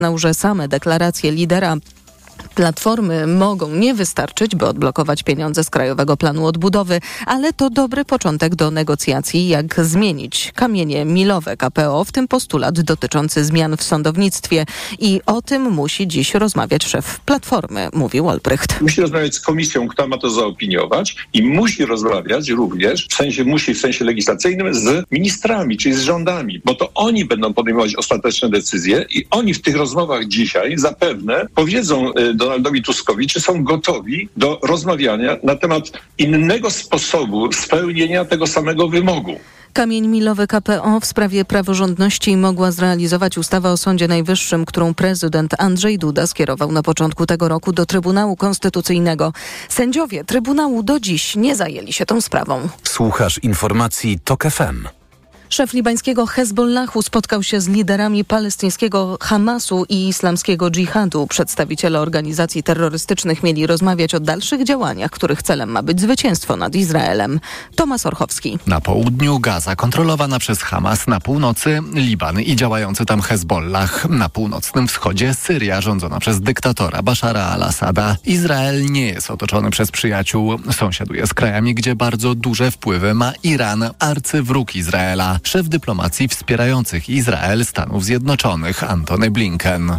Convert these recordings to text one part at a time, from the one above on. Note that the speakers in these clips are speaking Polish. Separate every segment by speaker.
Speaker 1: że same deklaracje lidera Platformy mogą nie wystarczyć, by odblokować pieniądze z Krajowego Planu Odbudowy, ale to dobry początek do negocjacji, jak zmienić kamienie milowe KPO, w tym postulat dotyczący zmian w sądownictwie. I o tym musi dziś rozmawiać szef Platformy, mówił Olbrycht.
Speaker 2: Musi rozmawiać z komisją, która ma to zaopiniować i musi rozmawiać również, w sensie legislacyjnym, z ministrami, czyli z rządami, bo to oni będą podejmować ostateczne decyzje i oni w tych rozmowach dzisiaj zapewne powiedzą Donaldowi Tuskowi, czy są gotowi do rozmawiania na temat innego sposobu spełnienia tego samego wymogu.
Speaker 1: Kamień milowy KPO w sprawie praworządności mogła zrealizować ustawa o Sądzie Najwyższym, którą prezydent Andrzej Duda skierował na początku tego roku do Trybunału Konstytucyjnego. Sędziowie Trybunału do dziś nie zajęli się tą sprawą.
Speaker 3: Słuchasz informacji TOK FM.
Speaker 1: Szef libańskiego Hezbollahu spotkał się z liderami palestyńskiego Hamasu i islamskiego dżihadu. Przedstawiciele organizacji terrorystycznych mieli rozmawiać o dalszych działaniach, których celem ma być zwycięstwo nad Izraelem. Tomasz Orchowski.
Speaker 4: Na południu Gaza kontrolowana przez Hamas, na północy Liban i działający tam Hezbollah. Na północnym wschodzie Syria rządzona przez dyktatora Bashara al-Assada. Izrael nie jest otoczony przez przyjaciół. Sąsiaduje z krajami, gdzie bardzo duże wpływy ma Iran, arcywróg Izraela. Szef dyplomacji wspierających Izrael Stanów Zjednoczonych Antony Blinken.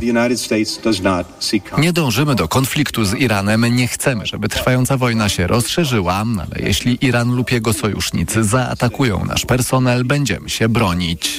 Speaker 4: Nie dążymy do konfliktu z Iranem, nie chcemy, żeby trwająca wojna się rozszerzyła, ale jeśli Iran lub jego sojusznicy zaatakują nasz personel, będziemy się bronić.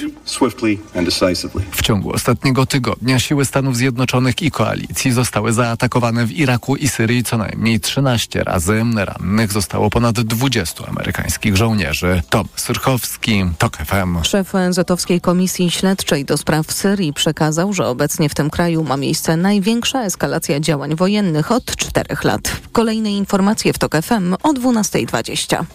Speaker 4: W ciągu ostatniego tygodnia siły Stanów Zjednoczonych i koalicji zostały zaatakowane w Iraku i Syrii co najmniej 13 razy. Rannych zostało ponad 20 amerykańskich żołnierzy. Tom Syrchowski, TOK FM.
Speaker 1: Szef ONZ-owskiej Komisji Śledczej do spraw Syrii przekazał, że obecnie w tym kraju ma miejsce największa eskalacja działań wojennych od 4 lat. Kolejne informacje w TOK FM o 12:20.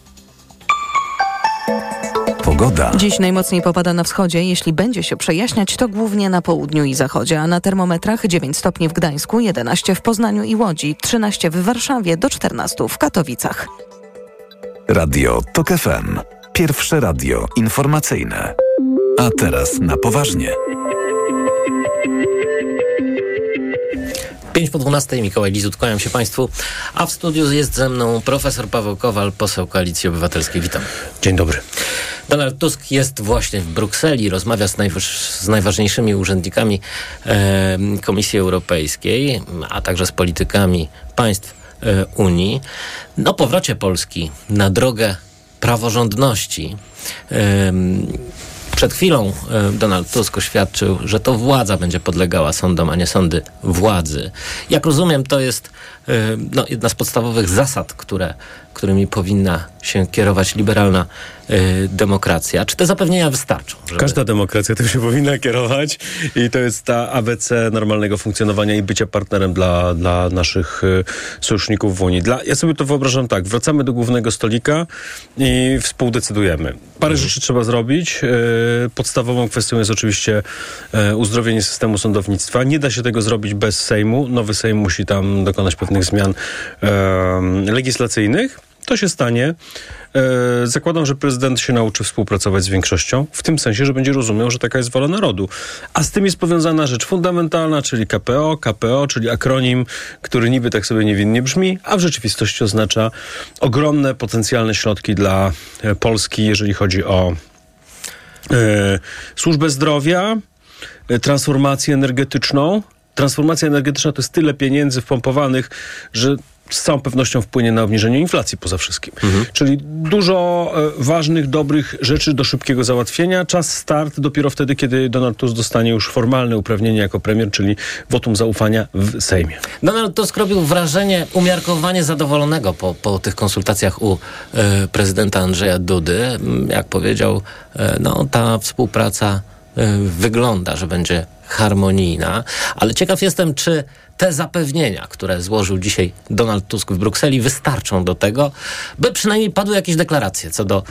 Speaker 3: Pogoda.
Speaker 1: Dziś najmocniej popada na wschodzie. Jeśli będzie się przejaśniać, to głównie na południu i zachodzie, a na termometrach 9 stopni w Gdańsku, 11 w Poznaniu i Łodzi, 13 w Warszawie, do 14 w Katowicach.
Speaker 3: Radio TOK FM. Pierwsze radio informacyjne. A teraz na poważnie.
Speaker 5: 5:12, Mikołaj Lizut, kłaniam się Państwu, a w studiu jest ze mną profesor Paweł Kowal, poseł Koalicji Obywatelskiej. Witam.
Speaker 6: Dzień dobry.
Speaker 5: Donald Tusk jest właśnie w Brukseli, rozmawia z najważniejszymi urzędnikami Komisji Europejskiej, a także z politykami państw Unii. O powrocie Polski na drogę praworządności. Przed chwilą Donald Tusk oświadczył, że to władza będzie podlegała sądom, a nie sądy władzy. Jak rozumiem, to jest jedna z podstawowych zasad, którymi powinna się kierować liberalna demokracja. Czy te zapewnienia wystarczą?
Speaker 6: Każda demokracja tym się powinna kierować i to jest ta ABC normalnego funkcjonowania i bycia partnerem dla naszych sojuszników w Unii. Ja sobie to wyobrażam tak, wracamy do głównego stolika i współdecydujemy. Parę rzeczy trzeba zrobić. Podstawową kwestią jest oczywiście uzdrowienie systemu sądownictwa. Nie da się tego zrobić bez Sejmu. Nowy Sejm musi tam dokonać pewnych zmian legislacyjnych. To się stanie. Zakładam, że prezydent się nauczy współpracować z większością, w tym sensie, że będzie rozumiał, że taka jest wola narodu. A z tym jest powiązana rzecz fundamentalna, czyli KPO, czyli akronim, który niby tak sobie niewinnie brzmi, a w rzeczywistości oznacza ogromne potencjalne środki dla Polski, jeżeli chodzi o służbę zdrowia, transformację energetyczną. Transformacja energetyczna to jest tyle pieniędzy wpompowanych, że z całą pewnością wpłynie na obniżenie inflacji poza wszystkim. Czyli dużo ważnych, dobrych rzeczy do szybkiego załatwienia. Czas start dopiero wtedy, kiedy Donald Tusk dostanie już formalne uprawnienie jako premier, czyli wotum zaufania w Sejmie.
Speaker 5: Donald Tusk robił wrażenie umiarkowanie zadowolonego po tych konsultacjach u prezydenta Andrzeja Dudy. Jak powiedział, ta współpraca wygląda, że będzie harmonijna, ale ciekaw jestem, czy te zapewnienia, które złożył dzisiaj Donald Tusk w Brukseli, wystarczą do tego, by przynajmniej padły jakieś deklaracje co do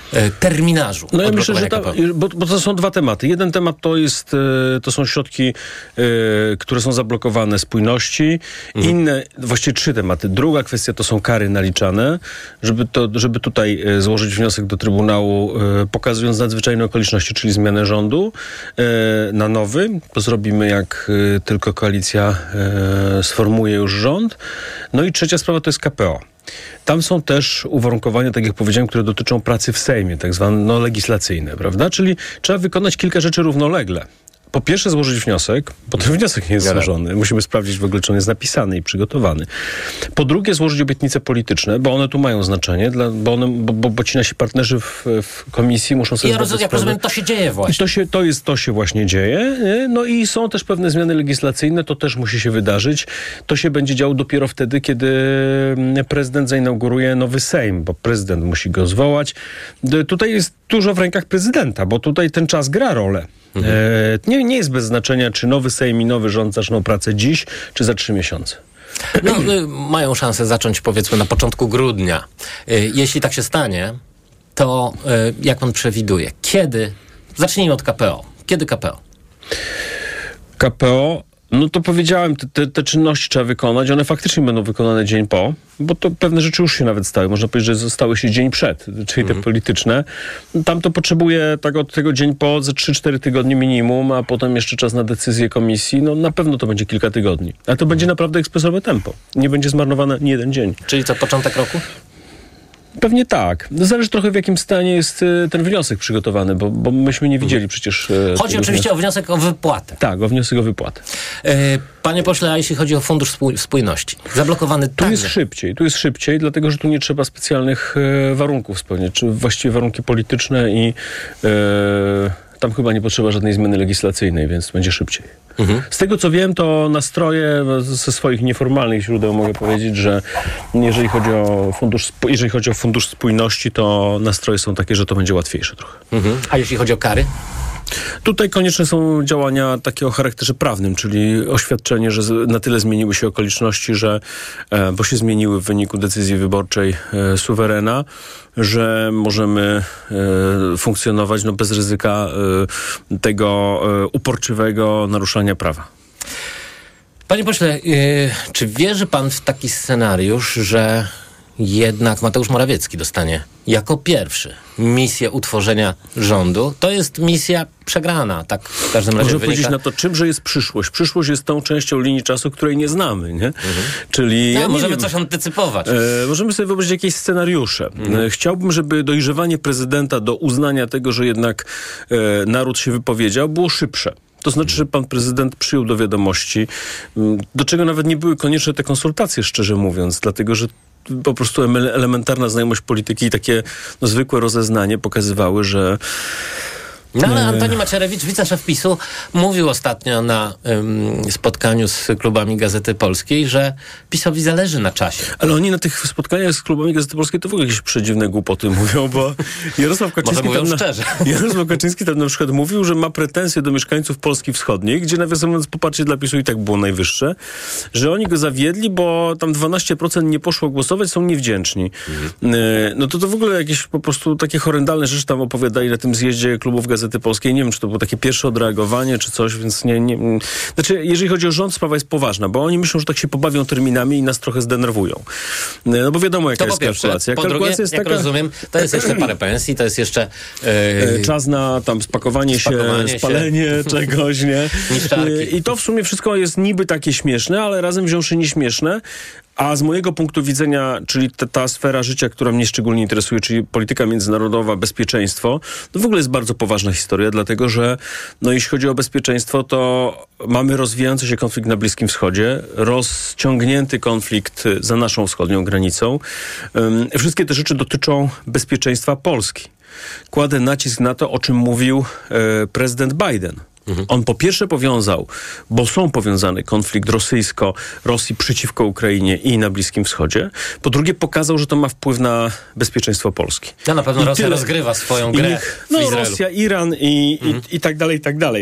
Speaker 5: terminarzu.
Speaker 6: No ja myślę, że bo to są dwa tematy. Jeden temat to są środki, które są zablokowane spójności. Inne, właściwie 3 tematy. Druga kwestia to są kary naliczane, żeby tutaj złożyć wniosek do Trybunału, pokazując nadzwyczajne okoliczności, czyli zmianę rządu na nowy. To zrobimy, jak tylko koalicja sformułuje już rząd. No i trzecia sprawa to jest KPO. Tam są też uwarunkowania, tak jak powiedziałem, które dotyczą pracy w Sejmie, tak zwane legislacyjne, prawda? Czyli trzeba wykonać kilka rzeczy równolegle. Po pierwsze złożyć wniosek, bo ten wniosek nie jest złożony. Musimy sprawdzić w ogóle, czy on jest napisany i przygotowany. Po drugie złożyć obietnice polityczne, bo one tu mają znaczenie, bo ci nasi partnerzy w komisji muszą sobie zdać sprawę.
Speaker 5: Jak rozumiem, to się dzieje właśnie.
Speaker 6: To się właśnie dzieje. No i są też pewne zmiany legislacyjne, to też musi się wydarzyć. To się będzie działo dopiero wtedy, kiedy prezydent zainauguruje nowy Sejm, bo prezydent musi go zwołać. Tutaj jest dużo w rękach prezydenta, bo tutaj ten czas gra rolę. Nie jest bez znaczenia, czy nowy Sejm i nowy rząd zaczną pracę dziś, czy za 3 miesiące.
Speaker 5: No, mają szansę zacząć, powiedzmy, na początku grudnia. Jeśli tak się stanie, to jak pan przewiduje? Kiedy? Zacznijmy od KPO. Kiedy KPO?
Speaker 6: KPO, no to powiedziałem, te czynności trzeba wykonać. One faktycznie będą wykonane dzień po, bo to pewne rzeczy już się nawet stały. Można powiedzieć, że zostały się dzień przed, czyli te polityczne. Tam to potrzebuje od tego dzień po za 3-4 tygodnie minimum, a potem jeszcze czas na decyzję komisji. No na pewno to będzie kilka tygodni. Ale to będzie naprawdę ekspresowe tempo. Nie będzie zmarnowane ani jeden dzień.
Speaker 5: Czyli co, początek roku?
Speaker 6: Pewnie tak. Zależy trochę, w jakim stanie jest ten wniosek przygotowany, bo myśmy nie widzieli przecież...
Speaker 5: Chodzi oczywiście o wniosek o wypłatę.
Speaker 6: Tak, o wniosek o wypłatę.
Speaker 5: Panie pośle, a jeśli chodzi o Fundusz Spójności? Zablokowany
Speaker 6: Tu jest szybciej, dlatego że tu nie trzeba specjalnych warunków spełniać, czy właściwie warunki polityczne i tam chyba nie potrzeba żadnej zmiany legislacyjnej, więc będzie szybciej. Z tego co wiem, to nastroje ze swoich nieformalnych źródeł mogę powiedzieć, że jeżeli chodzi o Fundusz Spójności, to nastroje są takie, że to będzie łatwiejsze trochę.
Speaker 5: A jeśli chodzi o kary?
Speaker 6: Tutaj konieczne są działania takie o charakterze prawnym, czyli oświadczenie, że na tyle zmieniły się okoliczności, bo się zmieniły w wyniku decyzji wyborczej suwerena, że możemy funkcjonować bez ryzyka tego uporczywego naruszania prawa.
Speaker 5: Panie pośle, czy wierzy pan w taki scenariusz, że jednak Mateusz Morawiecki dostanie jako pierwszy misję utworzenia rządu? To jest misja przegrana, tak w każdym razie
Speaker 6: Można powiedzieć na to, czymże jest przyszłość. Przyszłość jest tą częścią linii czasu, której nie znamy, nie? Czyli...
Speaker 5: możemy coś antycypować.
Speaker 6: Możemy sobie wyobrazić jakieś scenariusze. Chciałbym, żeby dojrzewanie prezydenta do uznania tego, że jednak naród się wypowiedział, było szybsze. To znaczy, że pan prezydent przyjął do wiadomości, do czego nawet nie były konieczne te konsultacje, szczerze mówiąc, dlatego, że po prostu elementarna znajomość polityki i takie zwykłe rozeznanie pokazywały, że...
Speaker 5: No ale Antoni Macierewicz, wiceszef PiS-u, mówił ostatnio na spotkaniu z klubami Gazety Polskiej, że PiS-owi zależy na czasie.
Speaker 6: Ale oni na tych spotkaniach z klubami Gazety Polskiej to w ogóle jakieś przedziwne głupoty mówią, bo Jarosław Kaczyński tam na przykład mówił, że ma pretensje do mieszkańców Polski Wschodniej, gdzie nawiasem mówiąc poparcie dla PiS-u i tak było najwyższe, że oni go zawiedli, bo tam 12% nie poszło głosować, są niewdzięczni. No to w ogóle jakieś po prostu takie horrendalne rzeczy tam opowiadali na tym zjeździe klubów Gazety Polskiej. Nie wiem, czy to było takie pierwsze odreagowanie, czy coś, więc nie. Znaczy, jeżeli chodzi o rząd, sprawa jest poważna, bo oni myślą, że tak się pobawią terminami i nas trochę zdenerwują. No bo wiadomo, jaka jest kalkulacja.
Speaker 5: Po drugie, jest jak rozumiem, to jest jeszcze parę pensji, to jest jeszcze...
Speaker 6: czas na tam spakowanie się, spalenie czegoś, nie? I to w sumie wszystko jest niby takie śmieszne, ale razem wziąwszy nieśmieszne. A z mojego punktu widzenia, czyli ta sfera życia, która mnie szczególnie interesuje, czyli polityka międzynarodowa, bezpieczeństwo, to w ogóle jest bardzo poważna historia, dlatego że jeśli chodzi o bezpieczeństwo, to mamy rozwijający się konflikt na Bliskim Wschodzie, rozciągnięty konflikt za naszą wschodnią granicą. Wszystkie te rzeczy dotyczą bezpieczeństwa Polski. Kładę nacisk na to, o czym mówił prezydent Biden. On po pierwsze powiązał, bo są powiązane konflikt Rosji przeciwko Ukrainie i na Bliskim Wschodzie. Po drugie pokazał, że to ma wpływ na bezpieczeństwo Polski.
Speaker 5: Ja na pewno Rosja rozgrywa swoją grę w Izraelu.
Speaker 6: Rosja, Iran i tak dalej, i tak dalej.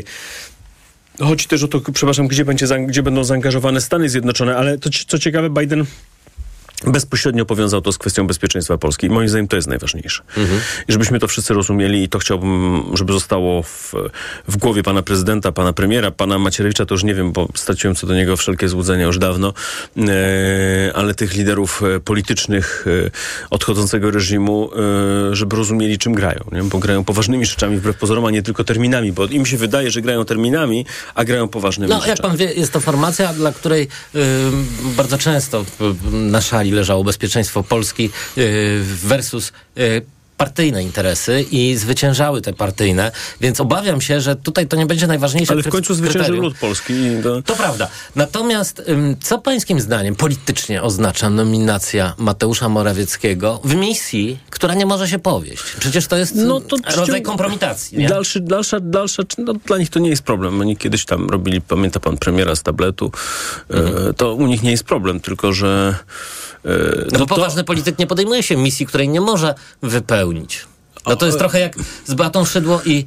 Speaker 6: Chodzi też o to, przepraszam, gdzie będą zaangażowane Stany Zjednoczone, ale to, co ciekawe, Biden bezpośrednio powiązał to z kwestią bezpieczeństwa Polski. I moim zdaniem to jest najważniejsze. I żebyśmy to wszyscy rozumieli i to chciałbym, żeby zostało w głowie pana prezydenta, pana premiera, pana Macierewicza, to już nie wiem, bo straciłem co do niego wszelkie złudzenia już dawno, ale tych liderów politycznych odchodzącego reżimu, żeby rozumieli, czym grają. Nie? Bo grają poważnymi rzeczami wbrew pozorom, a nie tylko terminami, bo im się wydaje, że grają terminami, a grają poważnymi rzeczami.
Speaker 5: Jak pan wie, jest to formacja, dla której bardzo często na szali leżało bezpieczeństwo Polski versus partyjne interesy i zwyciężały te partyjne, więc obawiam się, że tutaj to nie będzie najważniejsze
Speaker 6: kryterium. Ale w końcu zwycięży lud polski.
Speaker 5: To prawda. Natomiast co pańskim zdaniem politycznie oznacza nominacja Mateusza Morawieckiego w misji, która nie może się powieść? Przecież to jest rodzaj kompromitacji. Nie?
Speaker 6: Dalsza, dla nich to nie jest problem. Oni kiedyś tam robili, pamięta pan premiera z tabletu, to u nich nie jest problem, tylko że
Speaker 5: bo poważny polityk nie podejmuje się misji, której nie może wypełnić. No to jest trochę jak z Beatą Szydło i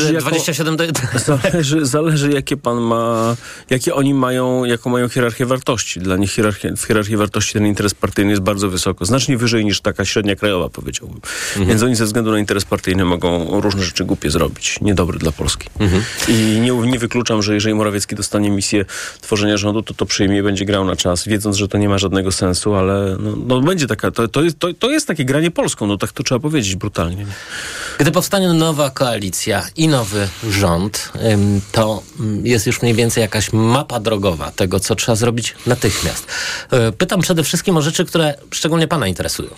Speaker 5: 27:1.
Speaker 6: Zależy jakie oni mają, jaką mają hierarchię wartości. Dla nich w hierarchii wartości ten interes partyjny jest bardzo wysoko. Znacznie wyżej niż taka średnia krajowa, powiedziałbym. Więc oni ze względu na interes partyjny mogą różne rzeczy głupie zrobić. Niedobre dla Polski. I nie wykluczam, że jeżeli Morawiecki dostanie misję tworzenia rządu, to przyjmie i będzie grał na czas, wiedząc, że to nie ma żadnego sensu, ale będzie taka, to jest takie granie Polską, tak to trzeba powiedzieć brutalnie.
Speaker 5: Gdy powstanie nowa koalicja i nowy rząd, to jest już mniej więcej jakaś mapa drogowa tego, co trzeba zrobić natychmiast. Pytam przede wszystkim o rzeczy, które szczególnie pana interesują.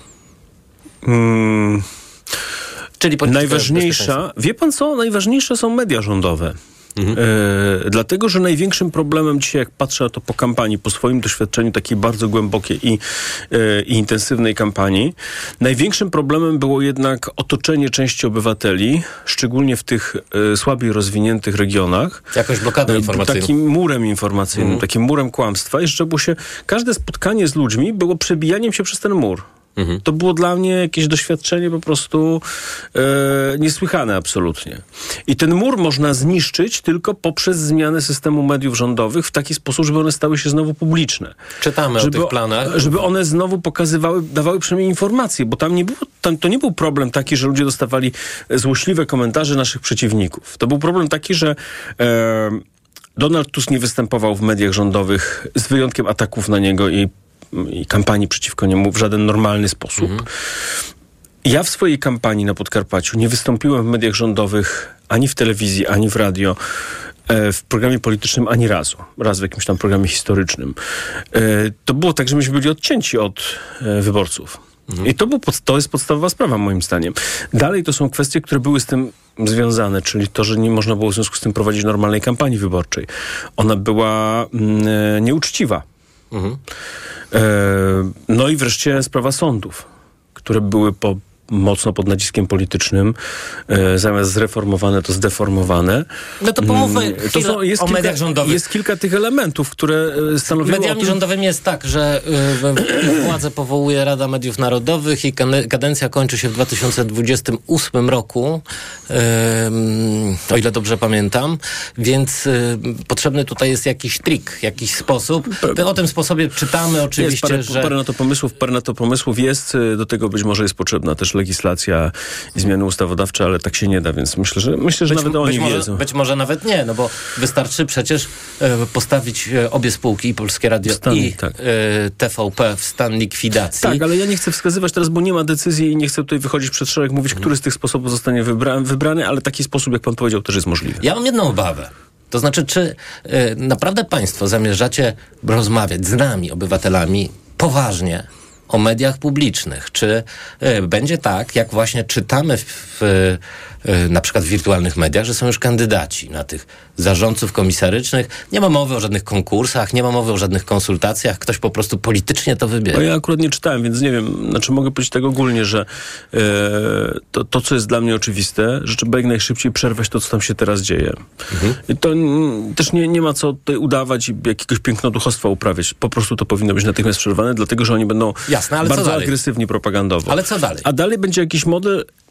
Speaker 5: Czyli
Speaker 6: najważniejsza, wie pan co? Najważniejsze są media rządowe. Dlatego, że największym problemem dzisiaj, jak patrzę na to po kampanii, po swoim doświadczeniu takiej bardzo głębokiej i intensywnej kampanii, największym problemem było jednak otoczenie części obywateli, szczególnie w tych słabiej rozwiniętych regionach.
Speaker 5: Jakąś blokadą informacyjną.
Speaker 6: Takim murem informacyjnym, takim murem kłamstwa. I że każde spotkanie z ludźmi było przebijaniem się przez ten mur. To było dla mnie jakieś doświadczenie po prostu niesłychane absolutnie. I ten mur można zniszczyć tylko poprzez zmianę systemu mediów rządowych w taki sposób, żeby one stały się znowu publiczne.
Speaker 5: Czytamy o tych planach.
Speaker 6: Żeby one znowu dawały przynajmniej informacje, bo to nie był problem taki, że ludzie dostawali złośliwe komentarze naszych przeciwników. To był problem taki, że Donald Tusk nie występował w mediach rządowych z wyjątkiem ataków na niego i kampanii przeciwko niemu w żaden normalny sposób. Ja w swojej kampanii na Podkarpaciu nie wystąpiłem w mediach rządowych ani w telewizji, ani w radio, w programie politycznym ani razu. Raz w jakimś tam programie historycznym. To było tak, że myśmy byli odcięci od wyborców. I to jest podstawowa sprawa moim zdaniem. Dalej to są kwestie, które były z tym związane, czyli to, że nie można było w związku z tym prowadzić normalnej kampanii wyborczej. Ona była nieuczciwa. No i wreszcie sprawa sądów, które były mocno pod naciskiem politycznym, zamiast zreformowane, to zdeformowane.
Speaker 5: No to pomówmy o mediach rządowych.
Speaker 6: Jest kilka tych elementów, które stanowiły
Speaker 5: mediami rządowymi jest tak, że władzę powołuje Rada Mediów Narodowych i kadencja kończy się w 2028 roku, o ile dobrze pamiętam, więc potrzebny tutaj jest jakiś trik, jakiś sposób. O tym sposobie czytamy oczywiście,
Speaker 6: jest parę na to pomysłów jest, do tego być może jest potrzebna też legislacja i zmiany ustawodawcze, ale tak się nie da, więc myślę, że nawet oni wiedzą.
Speaker 5: Być może nawet nie, no bo wystarczy przecież postawić obie spółki, i Polskie Radio i TVP w stan likwidacji.
Speaker 6: Tak, ale ja nie chcę wskazywać teraz, bo nie ma decyzji i nie chcę tutaj wychodzić przed szereg, mówić, który z tych sposobów zostanie wybrany, ale taki sposób, jak pan powiedział, też jest możliwy.
Speaker 5: Ja mam jedną obawę. To znaczy, czy naprawdę państwo zamierzacie rozmawiać z nami, obywatelami, poważnie o mediach publicznych? Czy będzie tak, jak właśnie czytamy na przykład w wirtualnych mediach, że są już kandydaci na tych zarządców komisarycznych? Nie ma mowy o żadnych konkursach, nie ma mowy o żadnych konsultacjach. Ktoś po prostu politycznie to wybiera.
Speaker 6: No ja akurat nie czytałem, więc nie wiem. Znaczy mogę powiedzieć tak ogólnie, że to, co jest dla mnie oczywiste, że trzeba jak najszybciej przerwać to, co tam się teraz dzieje. I to też nie ma co tutaj udawać i jakiegoś pięknoduchostwa uprawiać. Po prostu to powinno być natychmiast przerwane, dlatego, że oni będą bardzo agresywni propagandowo.
Speaker 5: Ale co dalej?
Speaker 6: A dalej będzie jakiś model,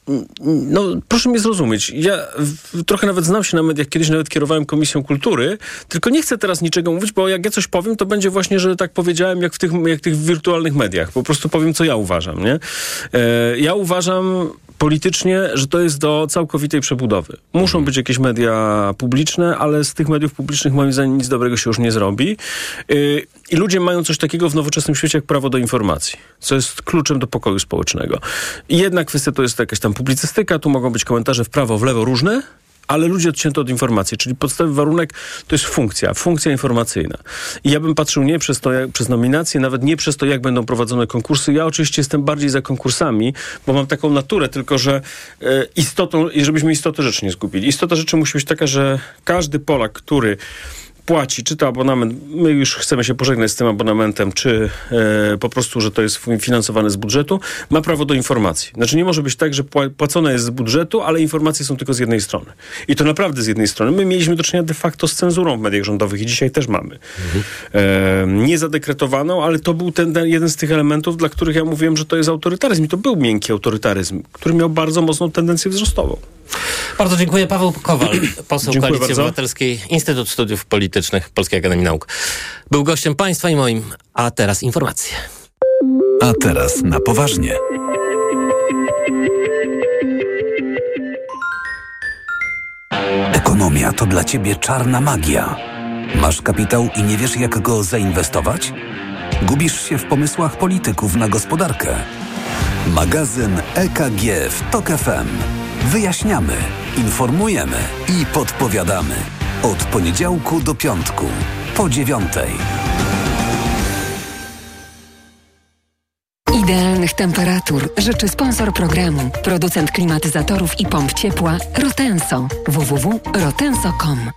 Speaker 6: no proszę mnie zrozumieć, ja trochę nawet znam się na mediach, kiedyś nawet kierowałem Komisją Kultury, tylko nie chcę teraz niczego mówić, bo jak ja coś powiem, to będzie właśnie, że tak powiedziałem, jak w tych wirtualnych mediach. Po prostu powiem, co ja uważam, nie? Ja uważam politycznie, że to jest do całkowitej przebudowy. Muszą być jakieś media publiczne, ale z tych mediów publicznych moim zdaniem nic dobrego się już nie zrobi. I ludzie mają coś takiego w nowoczesnym świecie jak prawo do informacji, co jest kluczem do pokoju społecznego. I jedna kwestia to jest jakaś tam publicystyka, tu mogą być komentarze w prawo, w lewo różne, ale ludzie odcięto od informacji, czyli podstawowy warunek to jest funkcja informacyjna. I ja bym patrzył nie przez to, przez nominacje, nawet nie przez to, jak będą prowadzone konkursy. Ja oczywiście jestem bardziej za konkursami, bo mam taką naturę, tylko że i żebyśmy istotę rzeczy nie zgubili. Istota rzeczy musi być taka, że każdy Polak, który płaci, czy to abonament, my już chcemy się pożegnać z tym abonamentem, czy po prostu, że to jest finansowane z budżetu, ma prawo do informacji. Znaczy nie może być tak, że płacone jest z budżetu, ale informacje są tylko z jednej strony. I to naprawdę z jednej strony. My mieliśmy do czynienia de facto z cenzurą w mediach rządowych i dzisiaj też mamy. Nie zadekretowaną, ale to był jeden z tych elementów, dla których ja mówiłem, że to jest autorytaryzm. I to był miękki autorytaryzm, który miał bardzo mocną tendencję wzrostową.
Speaker 5: Bardzo dziękuję. Paweł Kowal, poseł
Speaker 6: Dziękuję
Speaker 5: Koalicji
Speaker 6: bardzo.
Speaker 5: Obywatelskiej, Instytut Studiów Politycznych Polskiej Akademii Nauk. Był gościem państwa i moim, a teraz informacje.
Speaker 3: A teraz na poważnie. Ekonomia to dla ciebie czarna magia. Masz kapitał i nie wiesz, jak go zainwestować? Gubisz się w pomysłach polityków na gospodarkę? Magazyn EKG w TOK FM. Wyjaśniamy, informujemy i podpowiadamy. Od poniedziałku do piątku, po 9:00.
Speaker 7: Idealnych temperatur życzy sponsor programu, producent klimatyzatorów i pomp ciepła Rotenso. www.rotenso.com.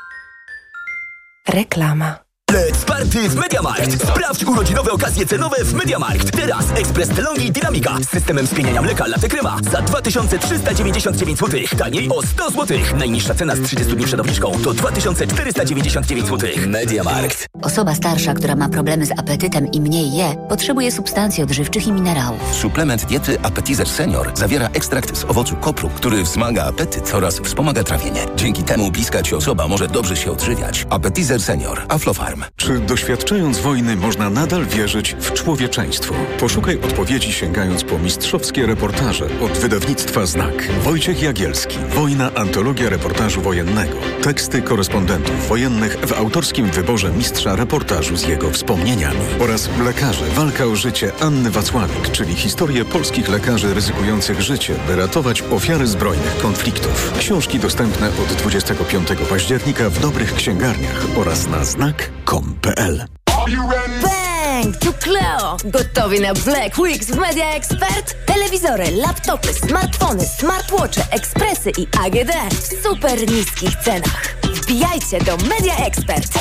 Speaker 7: Reklama.
Speaker 8: Let's party w MediaMarkt! Sprawdź urodzinowe okazje cenowe w MediaMarkt. Teraz ekspres Delonghi Dynamica z systemem spieniania mleka Latte Crema za 2399 zł. Taniej o 100 zł. Najniższa cena z 30 dni przed obniżką to 2499 zł. MediaMarkt.
Speaker 9: Osoba starsza, która ma problemy z apetytem i mniej je, potrzebuje substancji odżywczych i minerałów.
Speaker 10: Suplement diety Appetizer Senior zawiera ekstrakt z owocu kopru, który wzmaga apetyt oraz wspomaga trawienie. Dzięki temu bliska ci osoba może dobrze się odżywiać. Appetizer Senior. Aflofarm.
Speaker 11: Czy doświadczając wojny można nadal wierzyć w człowieczeństwo? Poszukaj odpowiedzi sięgając po mistrzowskie reportaże od wydawnictwa Znak. Wojciech Jagielski. Wojna, antologia reportażu wojennego. Teksty korespondentów wojennych w autorskim wyborze mistrza reportażu z jego wspomnieniami. Oraz Lekarze. Walka o życie Anny Wacławik, czyli historię polskich lekarzy ryzykujących życie, by ratować ofiary zbrojnych konfliktów. Książki dostępne od 25 października w dobrych księgarniach oraz na znak.com.pl.
Speaker 12: Bang! Tu Cleo! Gotowi na Black Weeks w Media Expert? Telewizory, laptopy, smartfony, smartwatche, ekspresy i AGD w super niskich cenach. Wbijajcie do Media Expert!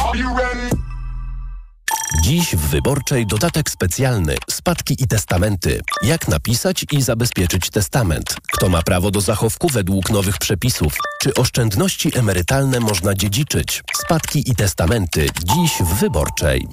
Speaker 13: Dziś w Wyborczej dodatek specjalny Spadki i testamenty. Jak napisać i zabezpieczyć testament? Kto ma prawo do zachowku według nowych przepisów? Czy oszczędności emerytalne można dziedziczyć? Spadki i testamenty. Dziś w Wyborczej.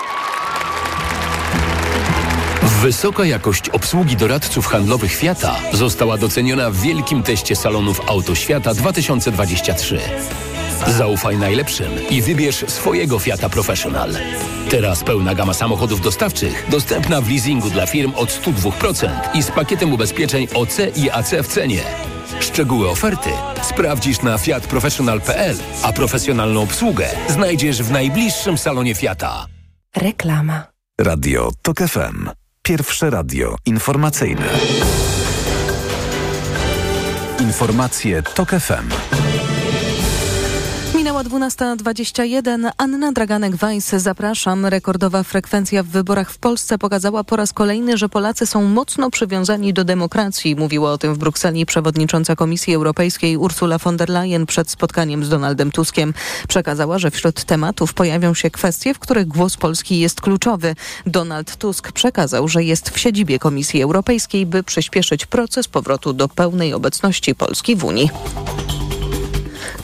Speaker 14: Wysoka jakość obsługi doradców handlowych Fiata została doceniona w wielkim teście salonów Auto Świata 2023. Zaufaj najlepszym i wybierz swojego Fiata Professional. Teraz pełna gama samochodów dostawczych dostępna w leasingu dla firm od 102% i z pakietem ubezpieczeń OC i AC w cenie. Szczegóły oferty sprawdzisz na fiatprofessional.pl, a profesjonalną obsługę znajdziesz w najbliższym salonie Fiata.
Speaker 7: Reklama.
Speaker 3: Radio TOK FM. Pierwsze radio informacyjne. Informacje TOK FM.
Speaker 1: Minęła 12:21. Anna Draganek-Weiss, zapraszam. Rekordowa frekwencja w wyborach w Polsce pokazała po raz kolejny, że Polacy są mocno przywiązani do demokracji. Mówiła o tym w Brukseli przewodnicząca Komisji Europejskiej Ursula von der Leyen przed spotkaniem z Donaldem Tuskiem. Przekazała, że wśród tematów pojawią się kwestie, w których głos Polski jest kluczowy. Donald Tusk przekazał, że jest w siedzibie Komisji Europejskiej, by przyspieszyć proces powrotu do pełnej obecności Polski w Unii.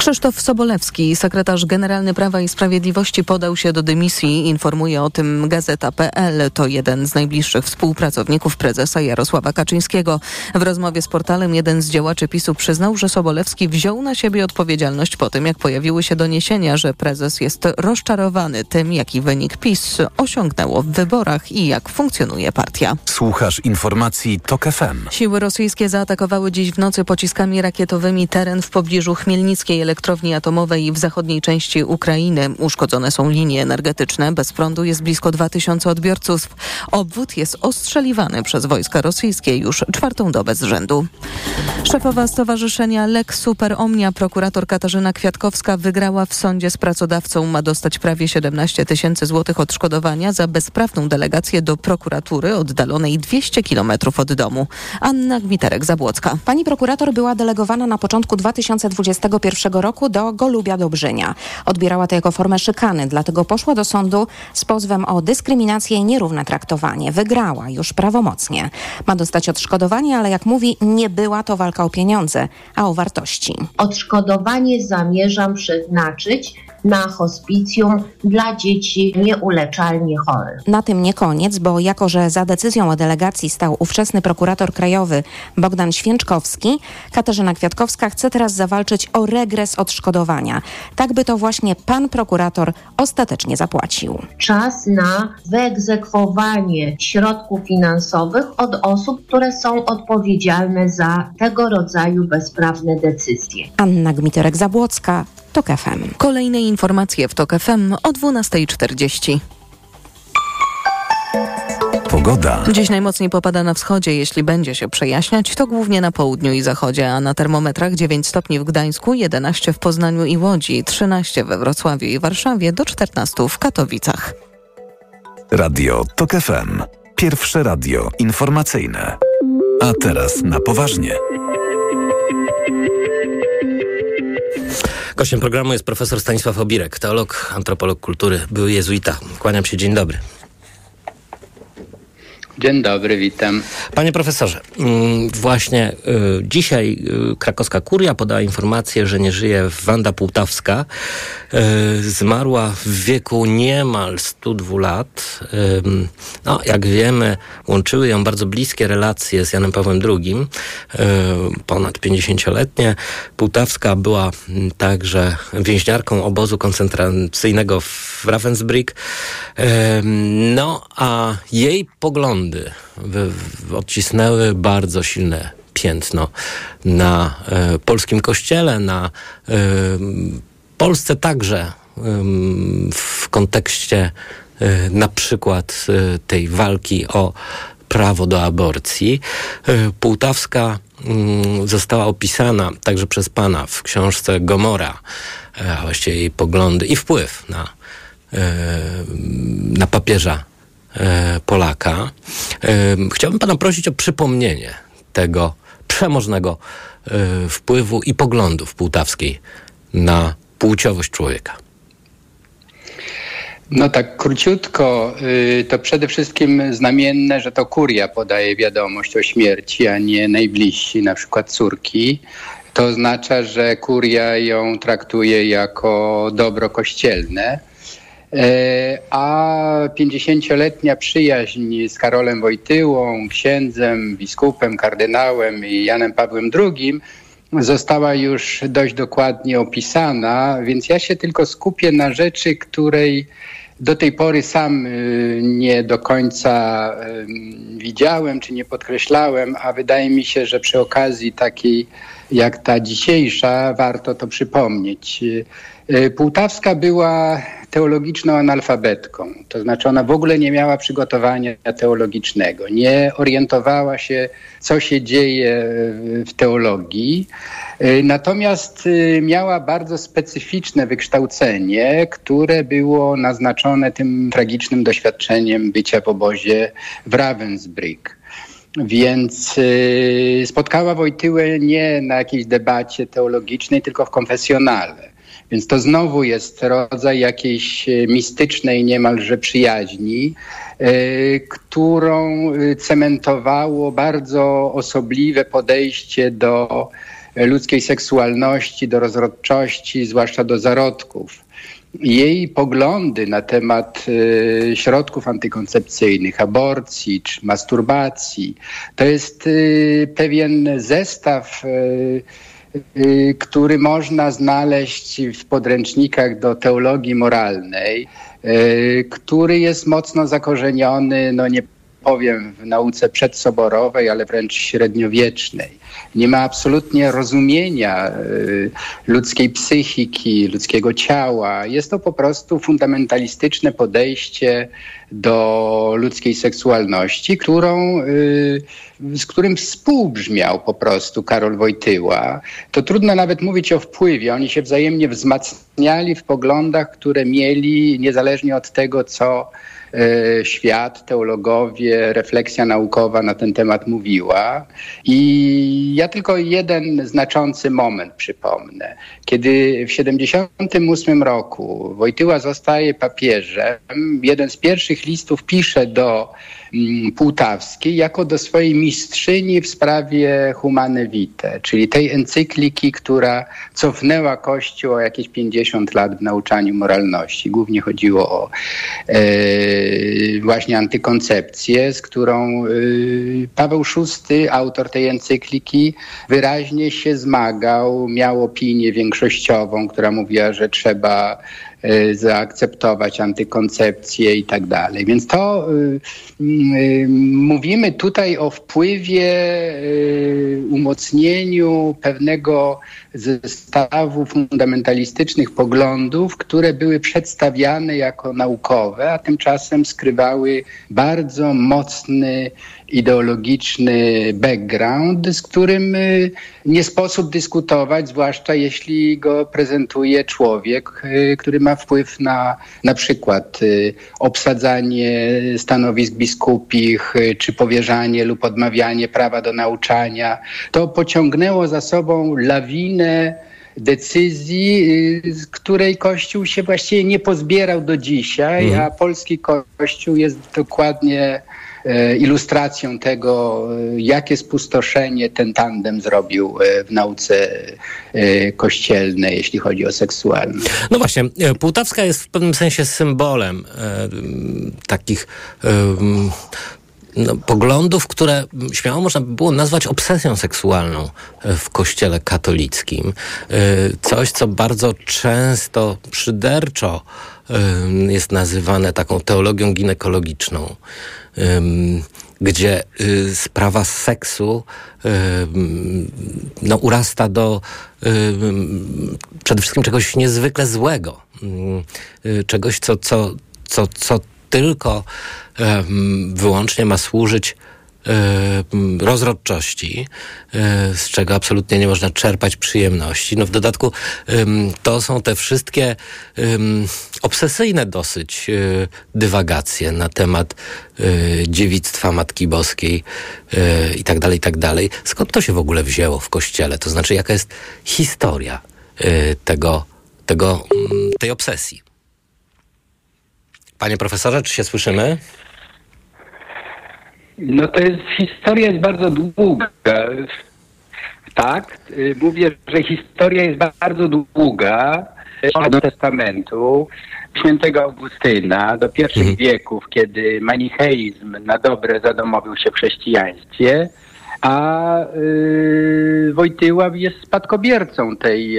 Speaker 1: Krzysztof Sobolewski, sekretarz generalny Prawa i Sprawiedliwości, podał się do dymisji. Informuje o tym Gazeta.pl. To jeden z najbliższych współpracowników prezesa Jarosława Kaczyńskiego. W rozmowie z portalem jeden z działaczy PiS-u przyznał, że Sobolewski wziął na siebie odpowiedzialność po tym, jak pojawiły się doniesienia, że prezes jest rozczarowany tym, jaki wynik PiS osiągnęło w wyborach i jak funkcjonuje partia.
Speaker 3: Słuchasz informacji TOK FM.
Speaker 1: Siły rosyjskie zaatakowały dziś w nocy pociskami rakietowymi teren w pobliżu Chmielnickiej elektrowni atomowej w zachodniej części Ukrainy. Uszkodzone są linie energetyczne. Bez prądu jest blisko 2000 odbiorców. Obwód jest ostrzeliwany przez wojska rosyjskie już 4. dobę z rzędu. Szefowa Stowarzyszenia Lex Super Omnia, prokurator Katarzyna Kwiatkowska, wygrała w sądzie z pracodawcą. Ma dostać prawie 17 000 złotych odszkodowania za bezprawną delegację do prokuratury oddalonej 200 km od domu. Anna Gmiterek-Zabłocka.
Speaker 15: Pani prokurator była delegowana na początku 2021 roku do Golubia Dobrzynia. Odbierała to jako formę szykany, dlatego poszła do sądu z pozwem o dyskryminację i nierówne traktowanie. Wygrała już prawomocnie. Ma dostać odszkodowanie, ale jak mówi, nie była to walka o pieniądze, a o wartości.
Speaker 16: Odszkodowanie zamierzam przeznaczyć na hospicjum dla dzieci nieuleczalnie chorych.
Speaker 15: Na tym nie koniec, bo jako że za decyzją o delegacji stał ówczesny prokurator krajowy Bogdan Święczkowski, Katarzyna Kwiatkowska chce teraz zawalczyć o regres odszkodowania. Tak by to właśnie pan prokurator ostatecznie zapłacił.
Speaker 16: Czas na wyegzekwowanie środków finansowych od osób, które są odpowiedzialne za tego rodzaju bezprawne decyzje.
Speaker 15: Anna Gmiterek-Zabłocka, TOK FM.
Speaker 1: Kolejne informacje w TOK FM o 12:40.
Speaker 3: Pogoda.
Speaker 1: Dziś najmocniej popada na wschodzie. Jeśli będzie się przejaśniać, to głównie na południu i zachodzie, a na termometrach 9 stopni w Gdańsku, 11 w Poznaniu i Łodzi, 13 we Wrocławiu i Warszawie, do 14 w Katowicach.
Speaker 3: Radio TOK FM. Pierwsze radio informacyjne. A teraz na poważnie.
Speaker 5: Gościem programu jest profesor Stanisław Obirek, teolog, antropolog kultury, były jezuita. Kłaniam się, dzień dobry.
Speaker 17: Dzień dobry, witam.
Speaker 5: Panie profesorze, właśnie dzisiaj krakowska kuria podała informację, że nie żyje Wanda Pułtawska. Zmarła w wieku niemal 102 lat. No, jak wiemy, łączyły ją bardzo bliskie relacje z Janem Pawłem II, ponad 50-letnie. Pułtawska była także więźniarką obozu koncentracyjnego w Ravensbrück. No, a jej poglądy odcisnęły bardzo silne piętno na polskim kościele, na Polsce także w kontekście na przykład tej walki o prawo do aborcji. Pułtawska została opisana także przez pana w książce Gomora, a właściwie jej poglądy i wpływ na papieża Polaka. Chciałbym pana prosić o przypomnienie tego przemożnego wpływu i poglądów Pułtawskiej na płciowość człowieka.
Speaker 17: No tak króciutko, to przede wszystkim znamienne, że to kuria podaje wiadomość o śmierci, a nie najbliżsi, na przykład córki. To oznacza, że kuria ją traktuje jako dobro kościelne. A 50-letnia przyjaźń z Karolem Wojtyłą, księdzem, biskupem, kardynałem i Janem Pawłem II została już dość dokładnie opisana, więc ja się tylko skupię na rzeczy, której do tej pory sam nie do końca widziałem czy nie podkreślałem, a wydaje mi się, że przy okazji takiej jak ta dzisiejsza warto to przypomnieć. Pułtawska była teologiczną analfabetką, to znaczy ona w ogóle nie miała przygotowania teologicznego, nie orientowała się, co się dzieje w teologii, natomiast miała bardzo specyficzne wykształcenie, które było naznaczone tym tragicznym doświadczeniem bycia w obozie w Ravensbrück. Więc spotkała Wojtyłę nie na jakiejś debacie teologicznej, tylko w konfesjonale. Więc to znowu jest rodzaj jakiejś mistycznej niemalże przyjaźni, którą cementowało bardzo osobliwe podejście do ludzkiej seksualności, do rozrodczości, zwłaszcza do zarodków. Jej poglądy na temat środków antykoncepcyjnych, aborcji czy masturbacji, to jest pewien zestaw, który można znaleźć w podręcznikach do teologii moralnej, który jest mocno zakorzeniony, nie powiem w nauce przedsoborowej, ale wręcz średniowiecznej. Nie ma absolutnie rozumienia ludzkiej psychiki, ludzkiego ciała. Jest to po prostu fundamentalistyczne podejście do ludzkiej seksualności, z którym współbrzmiał po prostu Karol Wojtyła. To trudno nawet mówić o wpływie. Oni się wzajemnie wzmacniali w poglądach, które mieli, niezależnie od tego, co świat, teologowie, refleksja naukowa na ten temat mówiła. I ja tylko jeden znaczący moment przypomnę. Kiedy w 1978 roku Wojtyła zostaje papieżem, jeden z pierwszych listów pisze do Półtawskiej jako do swojej mistrzyni w sprawie Humane Vitae, czyli tej encykliki, która cofnęła Kościół o jakieś 50 lat w nauczaniu moralności. Głównie chodziło o właśnie antykoncepcję, z którą Paweł VI, autor tej encykliki, wyraźnie się zmagał, miał opinię większościową, która mówiła, że trzeba zaakceptować antykoncepcję i tak dalej. Więc to mówimy tutaj o wpływie, umocnieniu pewnego zestawu fundamentalistycznych poglądów, które były przedstawiane jako naukowe, a tymczasem skrywały bardzo mocny ideologiczny background, z którym nie sposób dyskutować, zwłaszcza jeśli go prezentuje człowiek, który ma wpływ na przykład obsadzanie stanowisk biskupich, czy powierzanie lub odmawianie prawa do nauczania. To pociągnęło za sobą lawinę decyzji, z której Kościół się właściwie nie pozbierał do dzisiaj, a polski Kościół jest dokładnie ilustracją tego, jakie spustoszenie ten tandem zrobił w nauce kościelnej, jeśli chodzi o seksualność.
Speaker 5: No właśnie, Półtawska jest w pewnym sensie symbolem takich poglądów, które śmiało można by było nazwać obsesją seksualną w Kościele katolickim. Coś, co bardzo często szyderczo jest nazywane taką teologią ginekologiczną, gdzie sprawa seksu urasta do przede wszystkim czegoś niezwykle złego. Czegoś, co tylko wyłącznie ma służyć rozrodczości, z czego absolutnie nie można czerpać przyjemności. W dodatku to są te wszystkie obsesyjne dosyć dywagacje na temat dziewictwa Matki Boskiej i tak dalej, i tak dalej. Skąd to się w ogóle wzięło w Kościele? To znaczy, jaka jest historia tej obsesji? Panie profesorze, czy się słyszymy?
Speaker 17: Historia jest bardzo długa. Tak, mówię, że historia jest bardzo długa do Testamentu świętego Augustyna, do pierwszych wieków, kiedy manicheizm na dobre zadomowił się w chrześcijaństwie, a Wojtyła jest spadkobiercą tej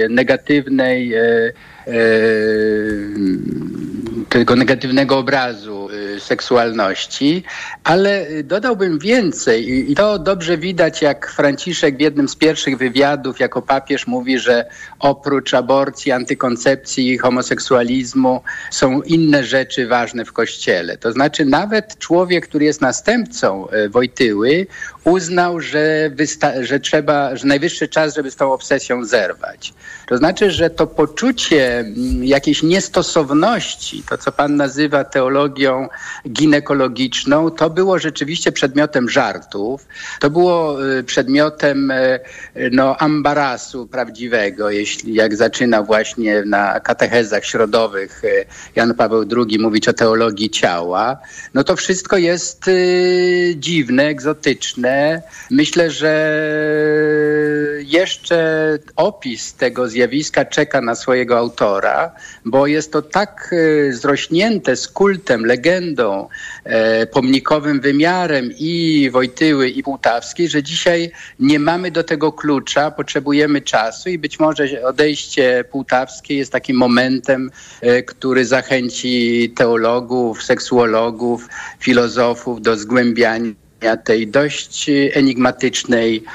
Speaker 17: tego negatywnego obrazu seksualności, ale dodałbym więcej i to dobrze widać, jak Franciszek w jednym z pierwszych wywiadów jako papież mówi, że oprócz aborcji, antykoncepcji i homoseksualizmu są inne rzeczy ważne w Kościele. To znaczy nawet człowiek, który jest następcą Wojtyły, uznał, że najwyższy czas, żeby z tą obsesją zerwać. To znaczy, że to poczucie jakiejś niestosowności, to co pan nazywa teologią ginekologiczną, to było rzeczywiście przedmiotem żartów. To było przedmiotem ambarasu prawdziwego, jak zaczyna właśnie na katechezach środowych Jan Paweł II mówić o teologii ciała. To wszystko jest dziwne, egzotyczne ale myślę, że jeszcze opis tego zjawiska czeka na swojego autora, bo jest to tak zrośnięte z kultem, legendą, pomnikowym wymiarem i Wojtyły, i Półtawskiej, że dzisiaj nie mamy do tego klucza, potrzebujemy czasu i być może odejście Półtawskiej jest takim momentem, który zachęci teologów, seksuologów, filozofów do zgłębiania tej dość enigmatycznej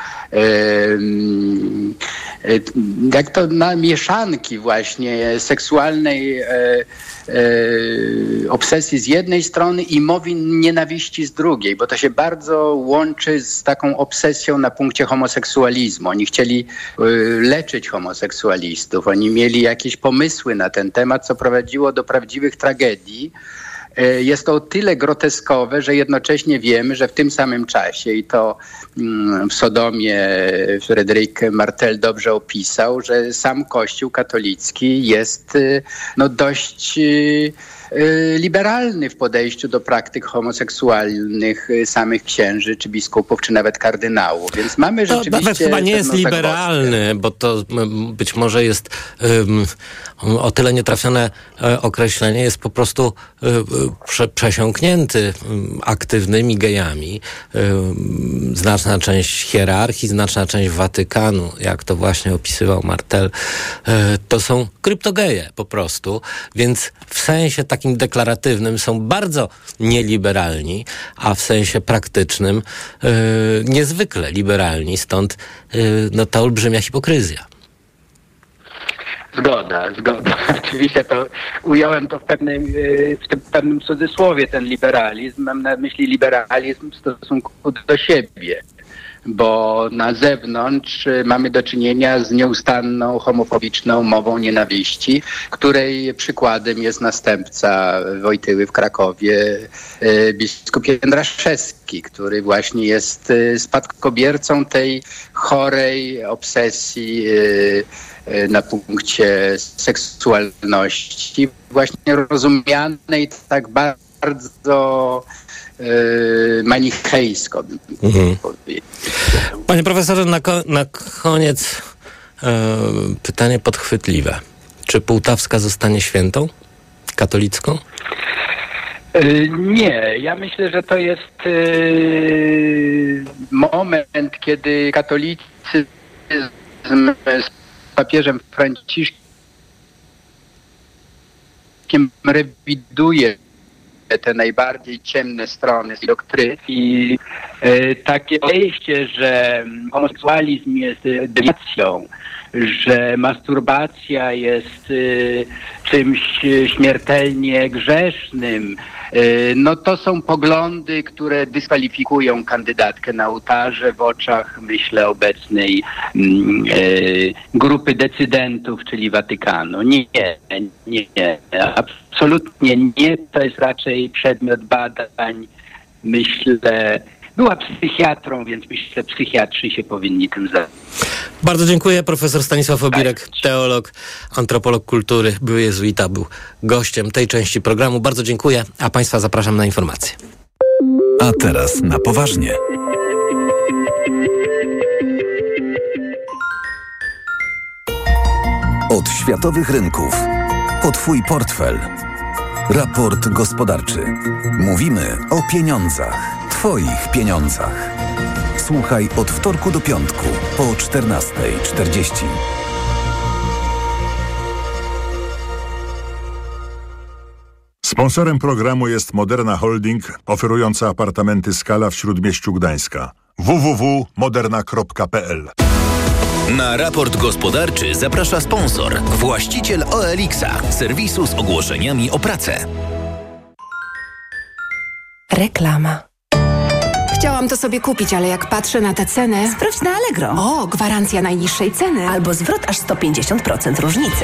Speaker 17: jak to mieszanki właśnie seksualnej obsesji z jednej strony i mowy nienawiści z drugiej, bo to się bardzo łączy z taką obsesją na punkcie homoseksualizmu. Oni chcieli leczyć homoseksualistów, oni mieli jakieś pomysły na ten temat, co prowadziło do prawdziwych tragedii. Jest to o tyle groteskowe, że jednocześnie wiemy, że w tym samym czasie, i to w Sodomie Frédéric Martel dobrze opisał, że sam Kościół katolicki jest dość liberalny w podejściu do praktyk homoseksualnych samych księży, czy biskupów, czy nawet kardynałów. Więc mamy rzeczywiście...
Speaker 5: To nawet chyba nie jest liberalny, bo to być może jest o tyle nietrafione określenie, jest po prostu przesiąknięty aktywnymi gejami. Znaczna część hierarchii, znaczna część Watykanu, jak to właśnie opisywał Martel, to są kryptogeje po prostu, więc w sensie takim deklaratywnym są bardzo nieliberalni, a w sensie praktycznym niezwykle liberalni, stąd ta olbrzymia hipokryzja.
Speaker 17: Zgoda. Oczywiście to ująłem to w pewnym cudzysłowie, ten liberalizm. Mam na myśli liberalizm w stosunku do siebie, bo na zewnątrz mamy do czynienia z nieustanną homofobiczną mową nienawiści, której przykładem jest następca Wojtyły w Krakowie, biskup Jędraszewski, który właśnie jest spadkobiercą tej chorej obsesji na punkcie seksualności, właśnie rozumianej tak bardzo manichejsko.
Speaker 5: Panie profesorze, na koniec pytanie podchwytliwe. Czy Półtawska zostanie świętą katolicką?
Speaker 17: Nie, ja myślę, że to jest moment, kiedy katolicyzm z papieżem Franciszkiem rewiduje te najbardziej ciemne strony z doktryny i takie podejście, że homoseksualizm jest dewiacją, że masturbacja jest czymś śmiertelnie grzesznym, to są poglądy, które dyskwalifikują kandydatkę na ołtarze w oczach, myślę, obecnej grupy decydentów, czyli Watykanu. Nie, absolutnie nie. To jest raczej przedmiot badań, myślę. Była psychiatrą, więc myślę, psychiatrzy się powinni tym zająć.
Speaker 5: Bardzo dziękuję. Profesor Stanisław Obirek, teolog, antropolog kultury, były jezuita, był gościem tej części programu. Bardzo dziękuję, a Państwa zapraszam na informacje.
Speaker 3: A teraz na poważnie. Od światowych rynków po Twój portfel. Raport gospodarczy. Mówimy o pieniądzach. Twoich pieniądzach. Słuchaj od wtorku do piątku po 14:40.
Speaker 18: Sponsorem programu jest Moderna Holding, oferująca apartamenty Skala w Śródmieściu Gdańska. www.moderna.pl.
Speaker 8: Na raport gospodarczy zaprasza sponsor, właściciel OLX-a, serwisu z ogłoszeniami o pracę.
Speaker 7: Reklama.
Speaker 19: Chciałam to sobie kupić, ale jak patrzę na te ceny...
Speaker 20: Sprawdź na Allegro.
Speaker 19: O, gwarancja najniższej ceny.
Speaker 20: Albo zwrot aż 150% różnicy.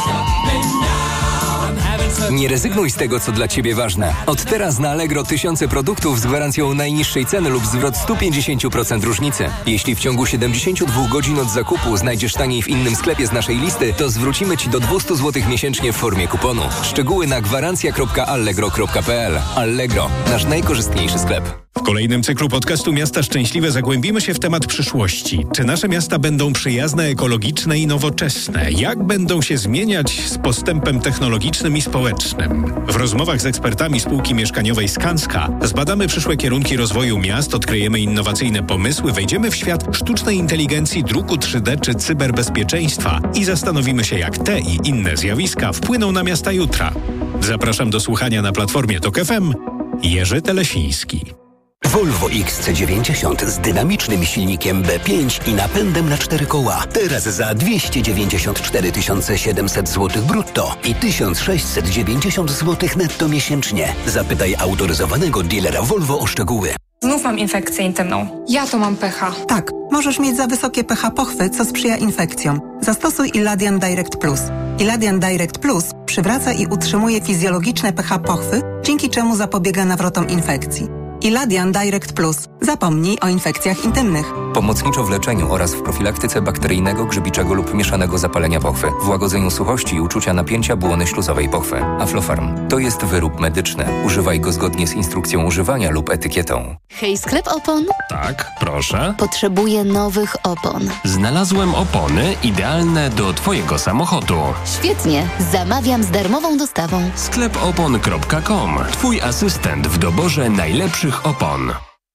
Speaker 21: Nie rezygnuj z tego, co dla Ciebie ważne. Od teraz na Allegro tysiące produktów z gwarancją najniższej ceny lub zwrot 150% różnicy. Jeśli w ciągu 72 godzin od zakupu znajdziesz taniej w innym sklepie z naszej listy, to zwrócimy Ci do 200 zł miesięcznie w formie kuponu. Szczegóły na gwarancja.allegro.pl. Allegro, nasz najkorzystniejszy sklep.
Speaker 2: W kolejnym cyklu podcastu Miasta Szczęśliwe zagłębimy się w temat przyszłości. Czy nasze miasta będą przyjazne, ekologiczne i nowoczesne? Jak będą się zmieniać z postępem technologicznym i społecznym? W rozmowach z ekspertami spółki mieszkaniowej Skanska zbadamy przyszłe kierunki rozwoju miast, odkryjemy innowacyjne pomysły, wejdziemy w świat sztucznej inteligencji, druku 3D czy cyberbezpieczeństwa i zastanowimy się, jak te i inne zjawiska wpłyną na miasta jutra. Zapraszam do słuchania na platformie TOK FM. Jerzy Telesiński.
Speaker 22: Volvo XC90 z dynamicznym silnikiem B5 i napędem na 4 koła. Teraz za 294 700 zł brutto i 1690 zł netto miesięcznie. Zapytaj autoryzowanego dealera Volvo o szczegóły.
Speaker 23: Znów mam infekcję intymną. Ja to mam pH.
Speaker 24: Tak, możesz mieć za wysokie pH pochwy, co sprzyja infekcjom. Zastosuj Iladian Direct Plus. Iladian Direct Plus przywraca i utrzymuje fizjologiczne pH pochwy, dzięki czemu zapobiega nawrotom infekcji. Iladian Direct Plus. Zapomnij o infekcjach intymnych.
Speaker 21: Pomocniczo w leczeniu oraz w profilaktyce bakteryjnego, grzybiczego lub mieszanego zapalenia pochwy, w łagodzeniu suchości i uczucia napięcia błony śluzowej pochwy. Aflofarm to jest wyrób medyczny. Używaj go zgodnie z instrukcją używania lub etykietą.
Speaker 25: Hej, sklep opon?
Speaker 26: Tak, proszę.
Speaker 25: Potrzebuję nowych opon.
Speaker 26: Znalazłem opony idealne do Twojego samochodu.
Speaker 25: Świetnie, zamawiam z darmową dostawą.
Speaker 26: sklepopon.com. Twój asystent w doborze najlepszych opon.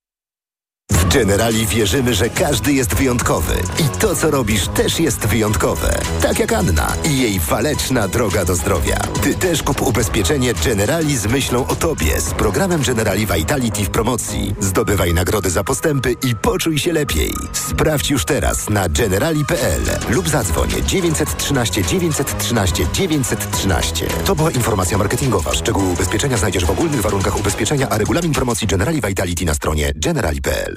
Speaker 27: W Generali wierzymy, że każdy jest wyjątkowy i to, co robisz, też jest wyjątkowe. Tak jak Anna i jej waleczna droga do zdrowia. Ty też kup ubezpieczenie Generali z myślą o Tobie z programem Generali Vitality w promocji. Zdobywaj nagrody za postępy i poczuj się lepiej. Sprawdź już teraz na generali.pl lub zadzwoń 913 913 913. To była informacja marketingowa. Szczegóły ubezpieczenia znajdziesz w ogólnych warunkach ubezpieczenia, a regulamin promocji Generali Vitality na stronie generali.pl.